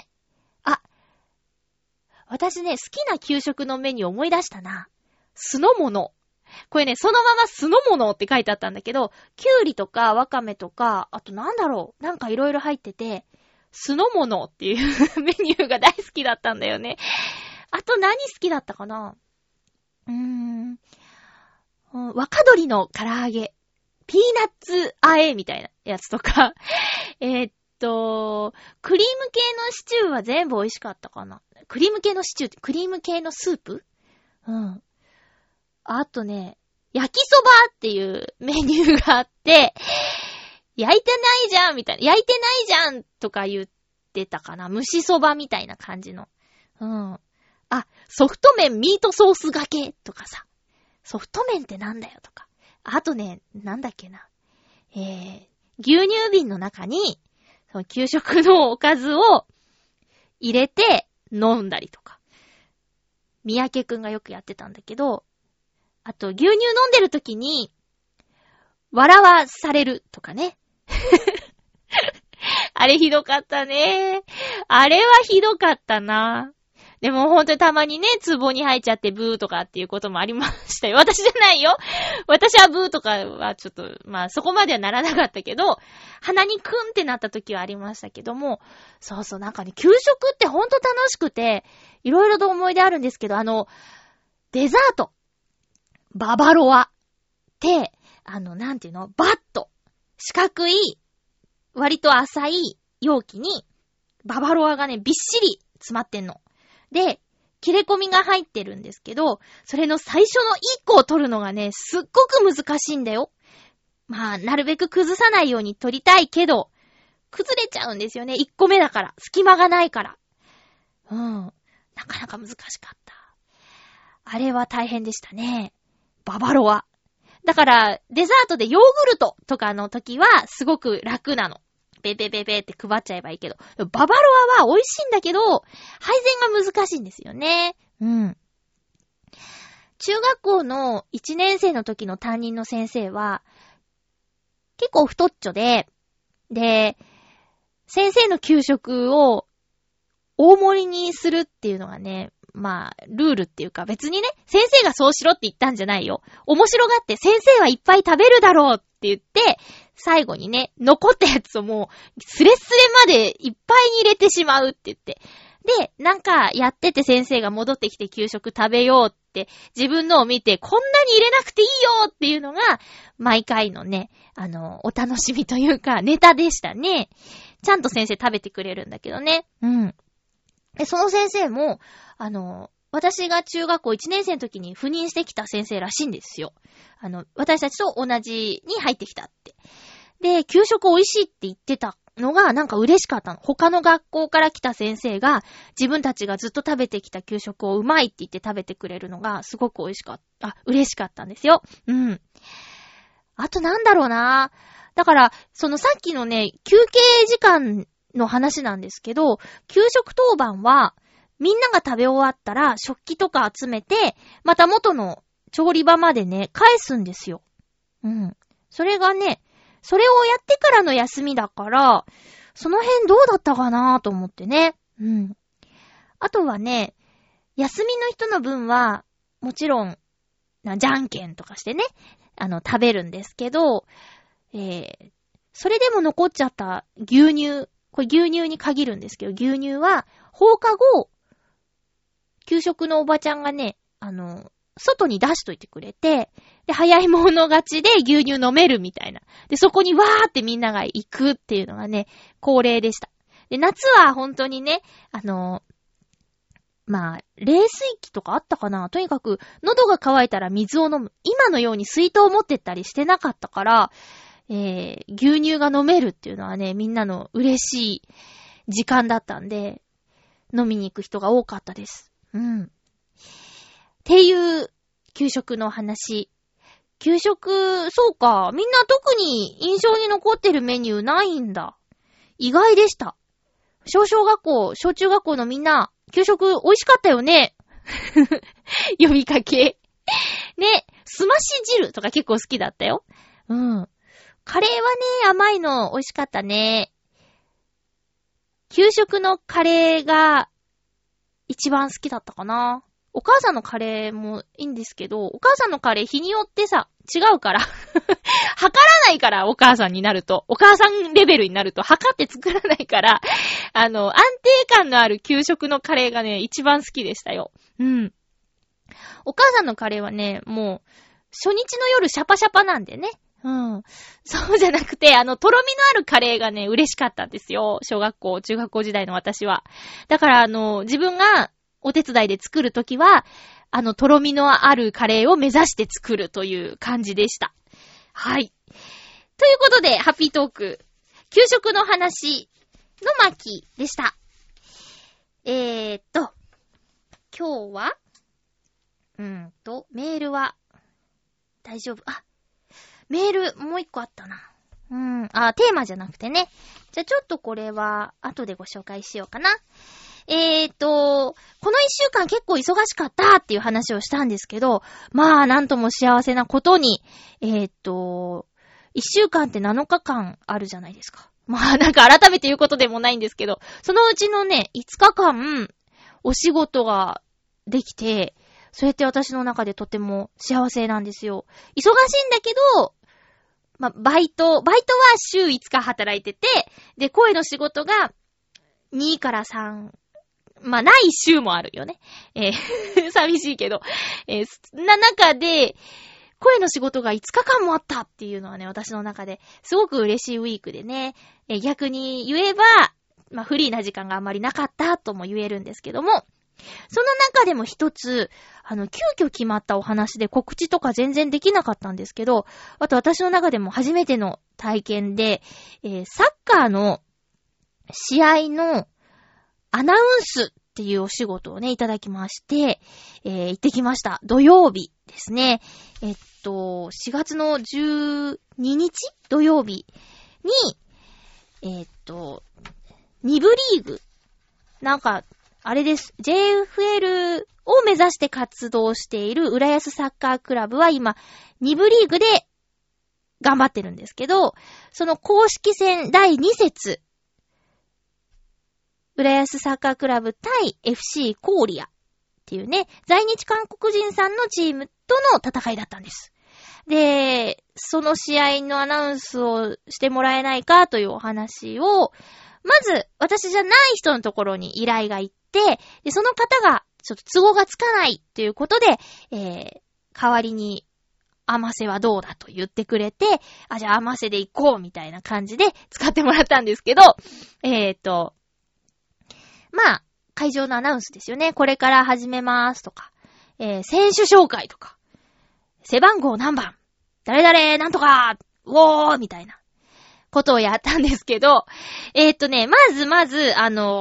私ね、好きな給食のメニュー思い出したな。酢の物。これね、そのまま酢の物って書いてあったんだけど、きゅうりとかわかめとか、あとなんだろう、なんかいろいろ入ってて、酢の物っていうメニューが大好きだったんだよね。あと何好きだったかな？若鶏の唐揚げ。ピーナッツあえみたいなやつとか。クリーム系のシチューは全部美味しかったかな。クリーム系のシチューってクリーム系のスープ？うん。あとね、焼きそばっていうメニューがあって、焼いてないじゃんみたいな。焼いてないじゃんとか言ってたかな。蒸しそばみたいな感じの。うん。ソフト麺ミートソースがけとかさ。ソフト麺ってなんだよとか。あとね、なんだっけな。牛乳瓶の中に、その給食のおかずを入れて飲んだりとか。三宅くんがよくやってたんだけど、あと牛乳飲んでる時に笑わされるとかね。あれひどかったね。あれはひどかったな。でもほんとにたまにね、壺に入っちゃってブーとかっていうこともありましたよ。私じゃないよ。私はブーとかはちょっと、そこまではならなかったけど、鼻にクンってなった時はありましたけども、そうそう、なんかね、給食ってほんと楽しくて、いろいろと思い出あるんですけど、デザート。ババロア。って、なんていうの？バット。四角い、割と浅い容器に、ババロアがね、びっしり詰まってんの。で、切れ込みが入ってるんですけど、それの最初の1個を取るのがね、すっごく難しいんだよ。なるべく崩さないように取りたいけど、崩れちゃうんですよね。1個目だから。隙間がないから。なかなか難しかった。あれは大変でしたね。ババロア。だから、デザートでヨーグルトとかの時は、すごく楽なの。ベベベベって配っちゃえばいいけど。ババロアは美味しいんだけど、配膳が難しいんですよね。うん。中学校の1年生の時の担任の先生は、結構太っちょで、先生の給食を大盛りにするっていうのがね、ルールっていうか別にね、先生がそうしろって言ったんじゃないよ。面白がって先生はいっぱい食べるだろうって言って、 最後にね、残ったやつをもう、スレスレまでいっぱいに入れてしまうって言って。で、なんかやってて先生が戻ってきて給食食べようって自分のを見てこんなに入れなくていいよっていうのが毎回のね、お楽しみというかネタでしたね。ちゃんと先生食べてくれるんだけどね。うん。で、その先生も、私が中学校1年生の時に赴任してきた先生らしいんですよ。私たちと同じに入ってきたって。で、給食美味しいって言ってたのがなんか嬉しかったの。他の学校から来た先生が自分たちがずっと食べてきた給食をうまいって言って食べてくれるのがすごく美味しかった。嬉しかったんですよ。うん。あとなんだろうな。だから、そのさっきのね、休憩時間の話なんですけど、給食当番はみんなが食べ終わったら食器とか集めて、また元の調理場までね、返すんですよ。うん。それがね、それをやってからの休みだから、その辺どうだったかなと思ってね。うん。あとはね、休みの人の分は、もちろん、じゃんけんとかしてね、食べるんですけど、それでも残っちゃった牛乳、これ牛乳に限るんですけど、牛乳は放課後、給食のおばちゃんがね、外に出しといてくれて、で、早い者勝ちで牛乳飲めるみたいな。で、そこにわーってみんなが行くっていうのがね、恒例でした。で、夏は本当にね、冷水器とかあったかな？とにかく、喉が渇いたら水を飲む。今のように水筒を持ってったりしてなかったから、牛乳が飲めるっていうのはね、みんなの嬉しい時間だったんで、飲みに行く人が多かったです。うん。っていう給食の話。給食、そうか。みんな特に印象に残ってるメニューないんだ。意外でした。小中学校のみんな、給食美味しかったよね。呼びかけ。ね、すまし汁とか結構好きだったよ。うん。カレーはね、甘いの美味しかったね。給食のカレーが一番好きだったかな。お母さんのカレーもいいんですけど、お母さんのカレー日によってさ、違うから。測らないから、お母さんになると。お母さんレベルになると、測って作らないから、安定感のある給食のカレーがね、一番好きでしたよ。うん。お母さんのカレーはね、もう、初日の夜シャパシャパなんでね。うん。そうじゃなくて、とろみのあるカレーがね、嬉しかったんですよ。小学校、中学校時代の私は。だから、自分がお手伝いで作るときは、とろみのあるカレーを目指して作るという感じでした。はい。ということで、ハッピートーク、給食の話の巻でした。今日はメールは、大丈夫。メール、もう一個あったな。テーマじゃなくてね。じゃあちょっとこれは、後でご紹介しようかな。この一週間結構忙しかったっていう話をしたんですけど、なんとも幸せなことに、一週間って7日間あるじゃないですか。なんか改めて言うことでもないんですけど、そのうちのね、5日間、お仕事ができて、そうやって私の中でとても幸せなんですよ。忙しいんだけど、バイトは週5日働いてて、で、声の仕事が2から3、ない週もあるよね。寂しいけど。中で、声の仕事が5日間もあったっていうのはね、私の中ですごく嬉しいウィークでね、逆に言えば、フリーな時間があまりなかったとも言えるんですけども、その中でも一つ、急遽決まったお話で告知とか全然できなかったんですけど、あと私の中でも初めての体験で、サッカーの試合のアナウンスっていうお仕事をね、いただきまして、行ってきました。土曜日ですね。4月の12日土曜日に、2部リーグ、なんか、あれです。JFL を目指して活動している浦安サッカークラブは今、2部リーグで頑張ってるんですけど、その公式戦第2節、浦安サッカークラブ対 FC コーリアっていうね、在日韓国人さんのチームとの戦いだったんです。 で、その試合のアナウンスをしてもらえないかというお話を、まず、私じゃない人のところに依頼が行って、で、その方が、ちょっと都合がつかないということで、代わりに、アマセはどうだと言ってくれて、じゃあアマセで行こうみたいな感じで使ってもらったんですけど、まあ、会場のアナウンスですよね。これから始めますとか、選手紹介とか、背番号何番、誰々なんとか、うおーみたいなことをやったんですけど、まず、浦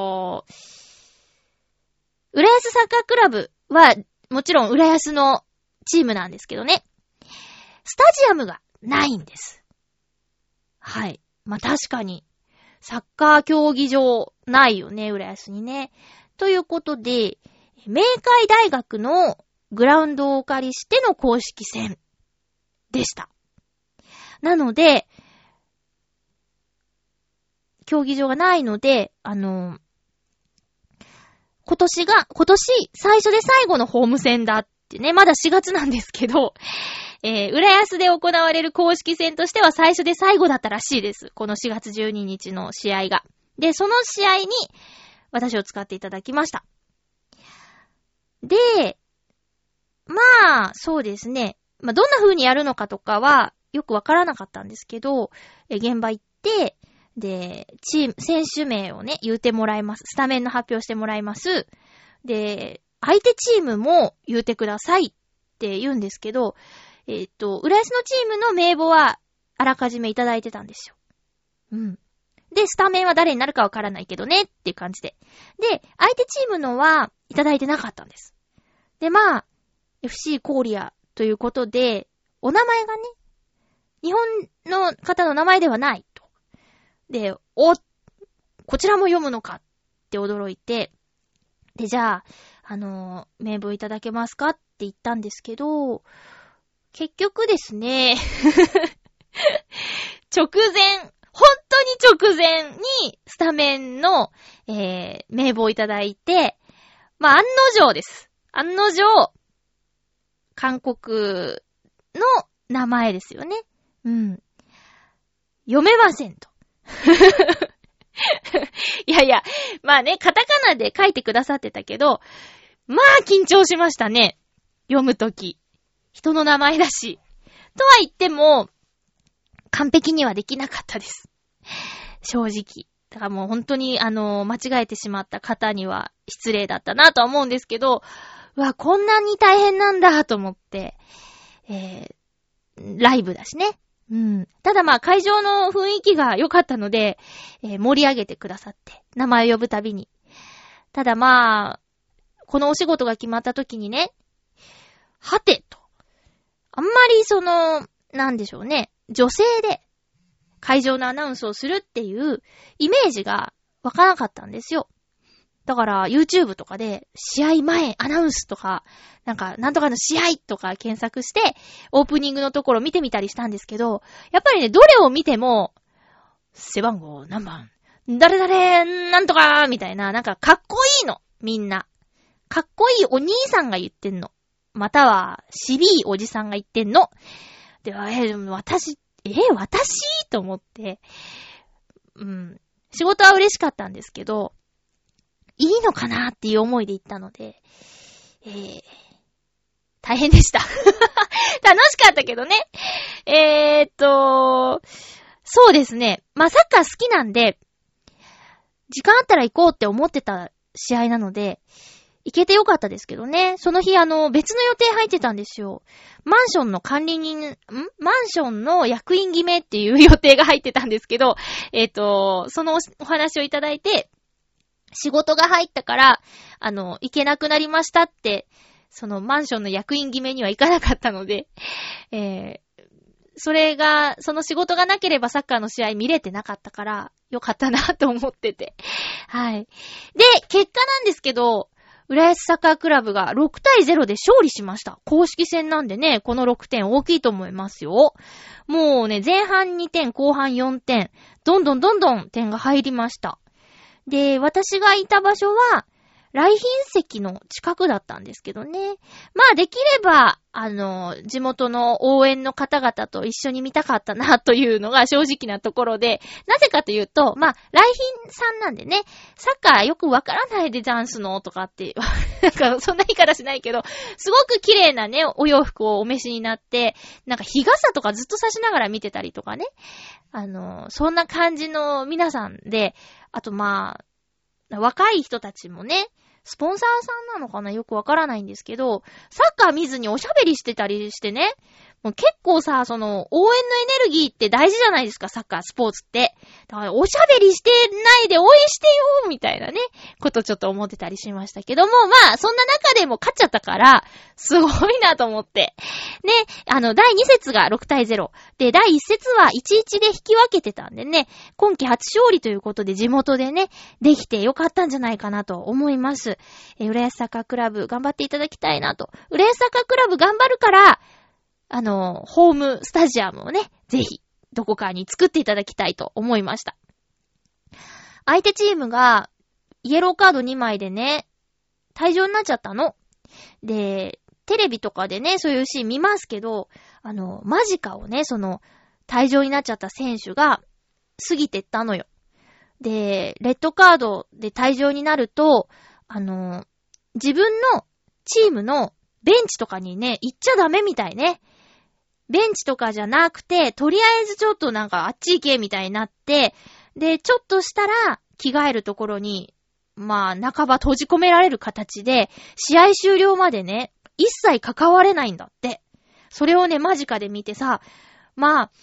安サッカークラブは、もちろん浦安のチームなんですけどね。スタジアムがないんです。はい。まあ、確かに、サッカー競技場ないよね、浦安にね。ということで、明海大学のグラウンドをお借りしての公式戦でした。なので、競技場がないので、今年最初で最後のホーム戦だってね、まだ4月なんですけど、浦安で行われる公式戦としては最初で最後だったらしいです。この4月12日の試合が。で、その試合に私を使っていただきました。で、まあ、そうですね。まあ、どんな風にやるのかとかはよくわからなかったんですけど、現場行って、で、選手名をね、言うてもらいます。スタメンの発表してもらいます。で、相手チームも言うてくださいって言うんですけど、浦安のチームの名簿はあらかじめいただいてたんですよ。うん。で、スタメンは誰になるかわからないけどねっていう感じで。で、相手チームのはいただいてなかったんです。で、まあ、FC コーリアということで、お名前がね、日本の方の名前ではないと。で、こちらも読むのかって驚いて、で、じゃあ、名簿いただけますかって言ったんですけど、結局ですね、本当に直前にスタメンの、名簿をいただいて、まあ、案の定です。案の定、韓国の名前ですよね。うん。読めませんと。いやいや、まあね、カタカナで書いてくださってたけど、まあ緊張しましたね。読むとき。人の名前だし。とは言っても、完璧にはできなかったです。正直。だからもう本当に間違えてしまった方には失礼だったなとは思うんですけど、うわ、こんなに大変なんだと思って、ライブだしね。うん。ただまあ会場の雰囲気が良かったので、盛り上げてくださって、名前を呼ぶたびに。ただまあ、このお仕事が決まった時にね、はてと。あんまりなんでしょうね、女性で会場のアナウンスをするっていうイメージがわからなかったんですよ。だから YouTube とかで試合前アナウンスとか、なんとかの試合とか検索してオープニングのところ見てみたりしたんですけど、やっぱりね、どれを見ても背番号何番誰々なんとかみたいな、かっこいいの、みんな。かっこいいお兄さんが言ってんの。または渋いおじさんが言ってんの。で、私と思って、うん。仕事は嬉しかったんですけど、いいのかなっていう思いで行ったので、大変でした。楽しかったけどね。そうですね。まあ、サッカー好きなんで、時間あったら行こうって思ってた試合なので、行けてよかったですけどね。その日別の予定入ってたんですよ。マンションの役員決めっていう予定が入ってたんですけど、そのお話をいただいて、仕事が入ったから、行けなくなりましたって、そのマンションの役員決めには行かなかったので、その仕事がなければサッカーの試合見れてなかったから、よかったなと思ってて。はい。で、結果なんですけど、浦安サッカークラブが6対0で勝利しました。公式戦なんでね、この6点大きいと思いますよ。もうね、前半2点、後半4点、どんどん点が入りました。で、私がいた場所は、 来賓席の近くだったんですけどね。まあできれば、地元の応援の方々と一緒に見たかったなというのが正直なところで、なぜかというと、まあ来賓さんなんでね、サッカーよくわからないでダンスのとかって、なんかそんな言い方しないけど、すごく綺麗なね、お洋服をお召しになって、なんか日傘とかずっと差しながら見てたりとかね。そんな感じの皆さんで、あとまあ、若い人たちもね、スポンサーさんなのかなよくわからないんですけど、サッカー見ずにおしゃべりしてたりしてね、もう結構さ、応援のエネルギーって大事じゃないですか、サッカー、スポーツって。だからおしゃべりしてないで応援してよみたいなね、ことちょっと思ってたりしましたけども、まあ、そんな中でも勝っちゃったから、すごいなと思って。ね、第2節が6対0。で、第1節は 1-1 で引き分けてたんでね、今季初勝利ということで地元でね、できてよかったんじゃないかなと思います。浦安サッカークラブ頑張っていただきたいなと。浦安サッカークラブ頑張るから、ホームスタジアムをね、ぜひ、どこかに作っていただきたいと思いました。相手チームが、イエローカード2枚でね、退場になっちゃったの。で、テレビとかでね、そういうシーン見ますけど、間近をね、退場になっちゃった選手が、過ぎてったのよ。で、レッドカードで退場になると、自分のチームのベンチとかにね、行っちゃダメみたいね。ベンチとかじゃなくて、とりあえずちょっとなんかあっち行けみたいになって、で、ちょっとしたら着替えるところに、まあ、半ば閉じ込められる形で、試合終了までね、一切関われないんだって。それをね、間近で見てさ、まあ、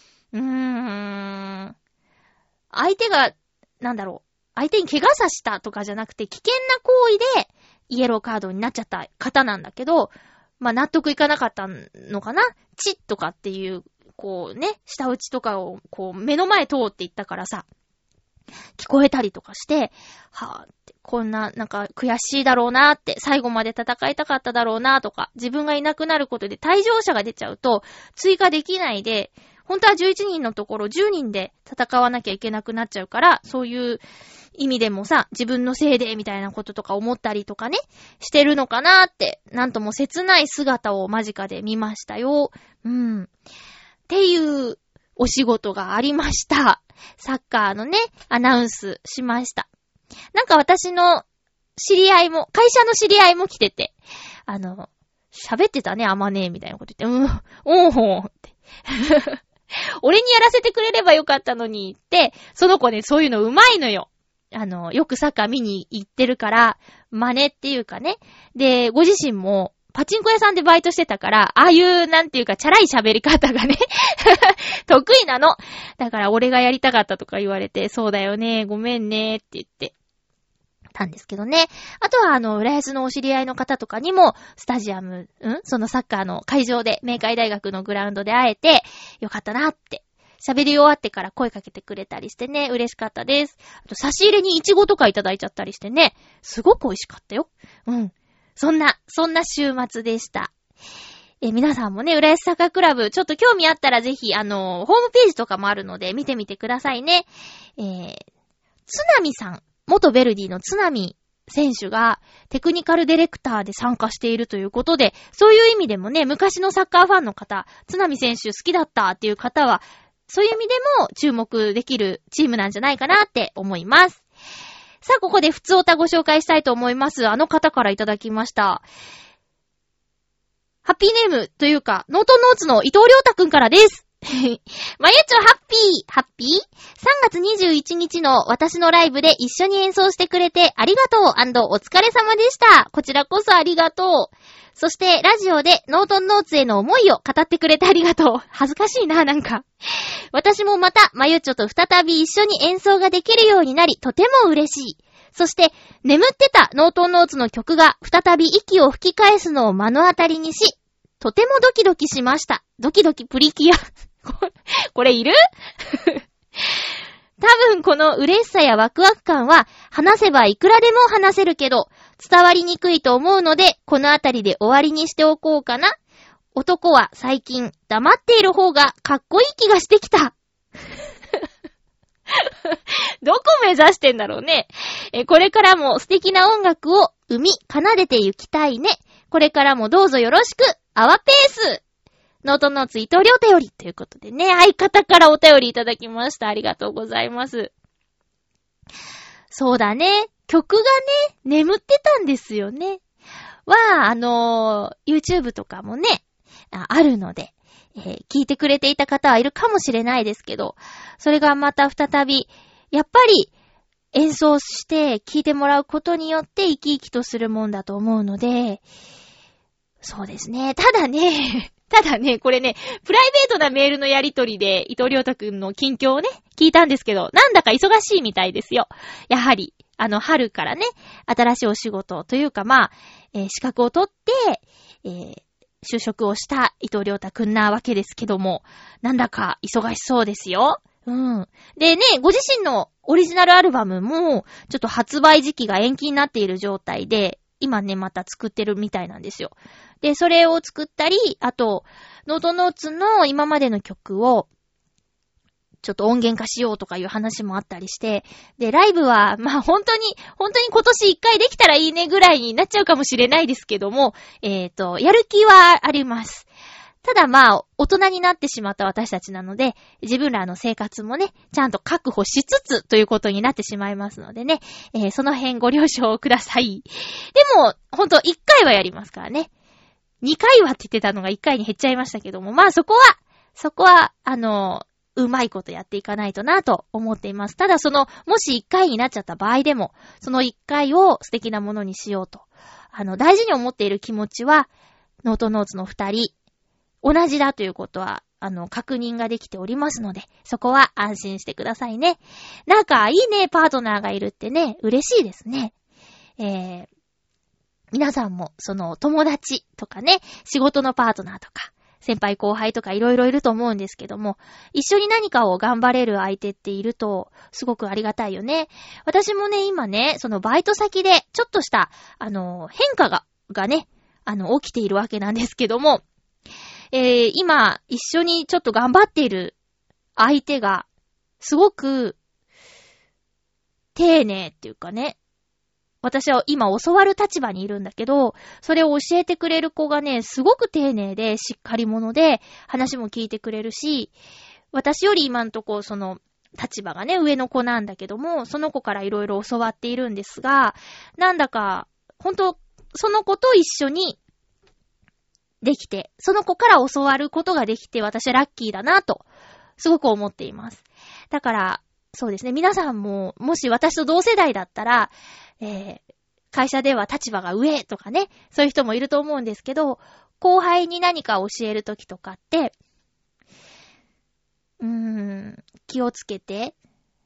相手が、相手に怪我させたとかじゃなくて、危険な行為で、イエローカードになっちゃった方なんだけど、まあ納得いかなかったのかな？チッとかっていう、こうね、舌打ちとかを、こう、目の前通っていったからさ、聞こえたりとかして、はぁって、こんな、なんか悔しいだろうなーって、最後まで戦いたかっただろうなーとか、自分がいなくなることで退場者が出ちゃうと、追加できないで、本当は11人のところ10人で戦わなきゃいけなくなっちゃうから、そういう意味でもさ、自分のせいでみたいなこととか思ったりとかね、してるのかなーって、なんとも切ない姿を間近で見ましたよ。っていうお仕事がありました。サッカーのね、アナウンスしました。なんか私の知り合いも、会社の知り合いも来てて、喋ってたね、あまねえみたいなこと言って、おーって。俺にやらせてくれればよかったのにって、その子ね、そういうのうまいのよ。よくサッカー見に行ってるから、真似っていうかね。で、ご自身も、パチンコ屋さんでバイトしてたから、ああいうなんていうかチャラい喋り方がね得意なの。だから俺がやりたかったとか言われて、そうだよね、ごめんねって言ってたんですけどね。あとは浦安のお知り合いの方とかにもスタジアム、そのサッカーの会場で、明海大学のグラウンドで会えてよかったなって喋り終わってから声かけてくれたりしてね、嬉しかったです。あと差し入れにイチゴとかいただいちゃったりしてね、すごく美味しかったよ。そんな週末でした。皆さんもね、浦安サッカークラブ、ちょっと興味あったらぜひ、ホームページとかもあるので見てみてくださいね。つなみさん、元ベルディのつなみ選手がテクニカルディレクターで参加しているということで、そういう意味でもね、昔のサッカーファンの方、つなみ選手好きだったっていう方は、そういう意味でも注目できるチームなんじゃないかなって思います。さあ、ここで普通おたご紹介したいと思います。あの方からいただきました。ハッピーネームというか、ノートンノーツの伊藤亮太くんからです。まゆちょハッピー ?3 月21日の私のライブで一緒に演奏してくれてありがとう&お疲れ様でした。こちらこそありがとう。そしてラジオでノートンノーツへの思いを語ってくれてありがとう。恥ずかしいな、なんか。私もまたまゆちょと再び一緒に演奏ができるようになり、とても嬉しい。そして、眠ってたノートンノーツの曲が再び息を吹き返すのを目の当たりにし、とてもドキドキしました。ドキドキプリキュア。これいる？多分この嬉しさやワクワク感は話せばいくらでも話せるけど、伝わりにくいと思うので、このあたりで終わりにしておこうかな。男は最近黙っている方がかっこいい気がしてきた。どこ目指してんだろうね。これからも素敵な音楽を海、奏でて行きたいね。これからもどうぞよろしく。アワペース。ノートノーツ伊藤亮太よりということでね、相方からお便りいただきました。ありがとうございます。そうだね。曲がね、眠ってたんですよね。YouTube とかもね、あるので、聞いてくれていた方はいるかもしれないですけど、それがまた再び、やっぱり演奏して聴いてもらうことによって生き生きとするもんだと思うので、そうですね。ただね、これね、プライベートなメールのやりとりで伊藤亮太くんの近況をね、聞いたんですけど、なんだか忙しいみたいですよ。やはり、春からね、新しいお仕事というか、資格を取って、就職をした伊藤亮太くんなわけですけども、なんだか忙しそうですよ。でね、ご自身のオリジナルアルバムも、ちょっと発売時期が延期になっている状態で、今ね、また作ってるみたいなんですよ。で、それを作ったり、あと、ノートノーツの今までの曲を、ちょっと音源化しようとかいう話もあったりして、で、ライブは、本当に今年1回できたらいいねぐらいになっちゃうかもしれないですけども、やる気はあります。ただ大人になってしまった私たちなので、自分らの生活もね、ちゃんと確保しつつということになってしまいますのでね、その辺ご了承ください。でも、ほんと1回はやりますからね。2回はって言ってたのが1回に減っちゃいましたけども、そこは、うまいことやっていかないとなと思っています。ただもし1回になっちゃった場合でも、その1回を素敵なものにしようと。大事に思っている気持ちは、ノートノーツの2人、同じだということは、確認ができておりますので、そこは安心してくださいね。なんか、いいね、パートナーがいるってね、嬉しいですね。皆さんも、友達とかね、仕事のパートナーとか、先輩後輩とかいろいろいると思うんですけども、一緒に何かを頑張れる相手っていると、すごくありがたいよね。私もね、今ね、バイト先で、ちょっとした、変化がね、起きているわけなんですけども、今、一緒にちょっと頑張っている相手が、すごく、丁寧っていうかね、私は今教わる立場にいるんだけど、それを教えてくれる子がね、すごく丁寧でしっかり者で、話も聞いてくれるし、私より今んとこ立場がね、上の子なんだけども、その子からいろいろ教わっているんですが、なんだか、本当その子と一緒にできて、その子から教わることができて、私はラッキーだなと、すごく思っています。だから、そうですね、皆さんも、もし私と同世代だったら、会社では立場が上とかね、そういう人もいると思うんですけど、後輩に何か教えるときとかって、気をつけて、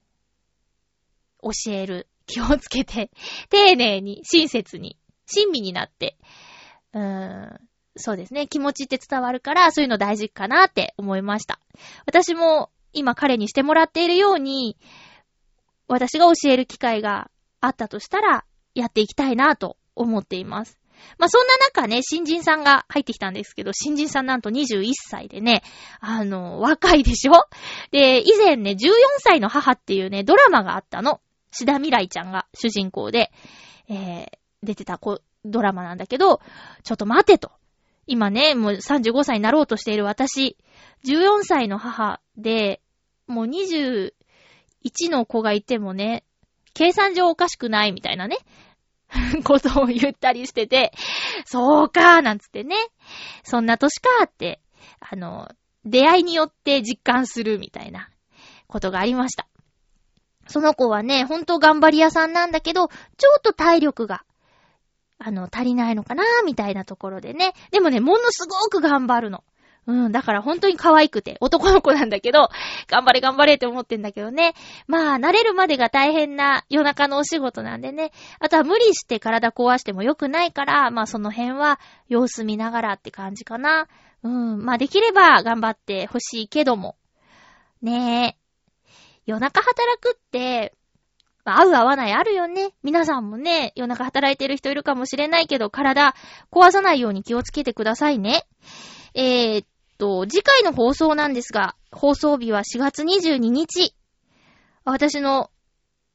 教える。気をつけて、丁寧に、親切に、親身になって、そうですね、気持ちって伝わるから、そういうの大事かなって思いました。私も今彼にしてもらっているように、私が教える機会があったとしたら、やっていきたいなと思っています。そんな中ね、新人さんが入ってきたんですけど、新人さんなんと21歳でね、若いでしょ？で、以前ね、14歳の母っていうね、ドラマがあったの。志田未来ちゃんが主人公で、出てたドラマなんだけど、ちょっと待てと。今ね、もう35歳になろうとしている私、14歳の母で、もう21の子がいてもね、計算上おかしくないみたいなね、ことを言ったりしてて、そうかーなんつってね、そんな年かーって、出会いによって実感するみたいなことがありました。その子はね、ほんと頑張り屋さんなんだけど、ちょっと体力が、足りないのかなーみたいなところでね。でもね、ものすごく頑張るの。だから本当に可愛くて、男の子なんだけど、頑張れって思ってんだけどね。慣れるまでが大変な夜中のお仕事なんでね。あとは無理して体壊しても良くないから、その辺は様子見ながらって感じかな。できれば頑張ってほしいけども。ねえ。夜中働くって、合う合わないあるよね。皆さんもね、夜中働いてる人いるかもしれないけど、体壊さないように気をつけてくださいね。次回の放送なんですが、放送日は4月22日。私の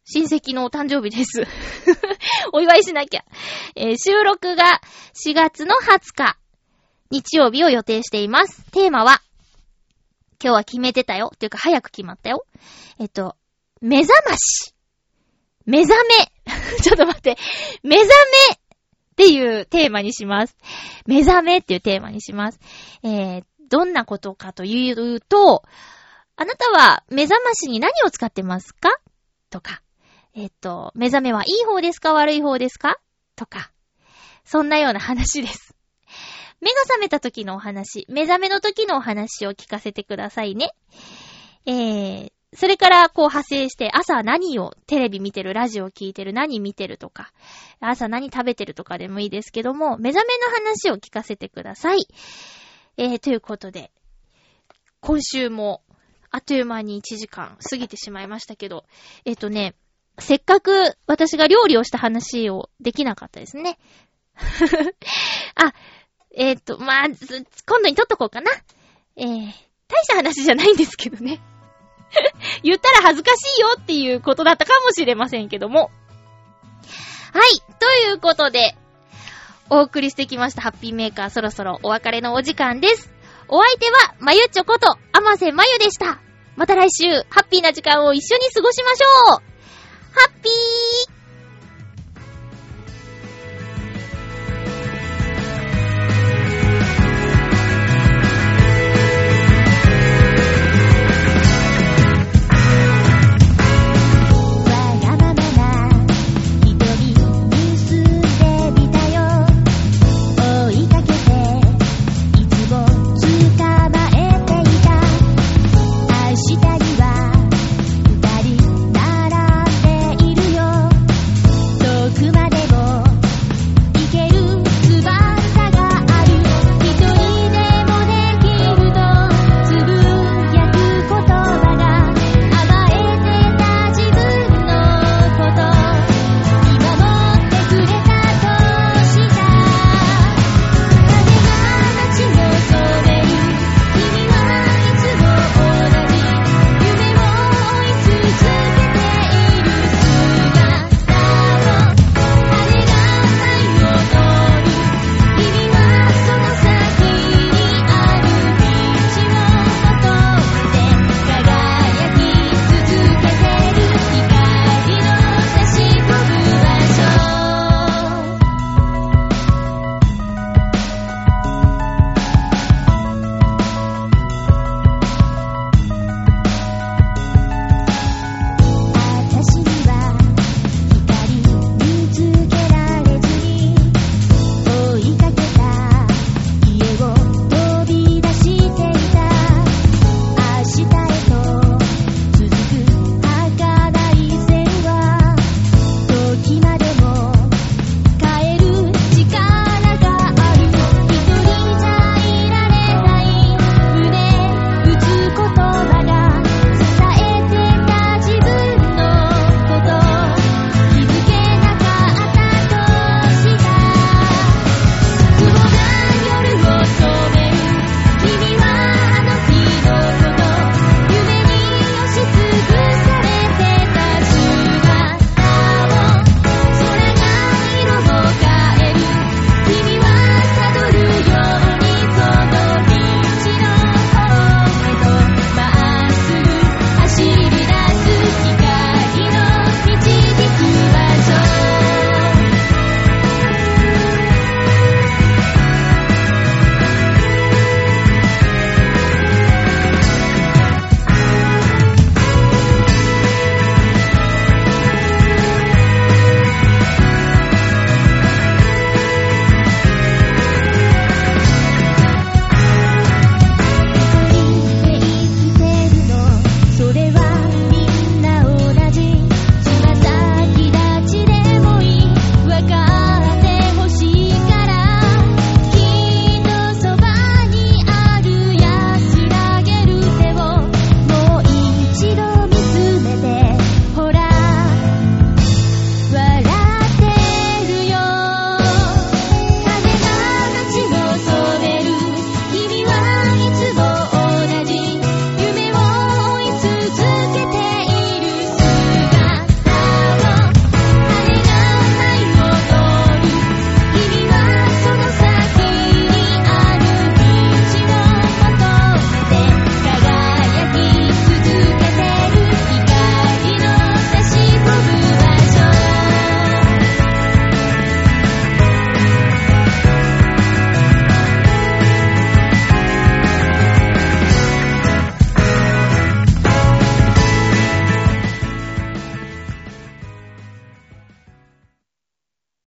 親戚のお誕生日です。お祝いしなきゃ。収録が4月の20日、日曜日を予定しています。テーマは、今日は決めてたよ。っていうか早く決まったよ。目覚まし。目覚め。ちょっと待って。目覚めっていうテーマにします。目覚めっていうテーマにします。どんなことかというと、あなたは目覚ましに何を使ってますかとか、目覚めはいい方ですか悪い方ですかとか、そんなような話です。目が覚めた時のお話、目覚めの時のお話を聞かせてくださいね。それからこう派生して朝何をテレビ見てる、ラジオ聞いてる、何見てるとか、朝何食べてるとかでもいいですけども、目覚めの話を聞かせてください。ということで、今週もあっという間に1時間過ぎてしまいましたけど、せっかく私が料理をした話をできなかったですね。あ、まあ、今度に撮っとこうかな。大した話じゃないんですけどね。言ったら恥ずかしいよっていうことだったかもしれませんけども。はい、ということで、お送りしてきましたハッピーメーカー、そろそろお別れのお時間です。お相手は、まゆちょこと、あませまゆでした。また来週、ハッピーな時間を一緒に過ごしましょう。ハッピー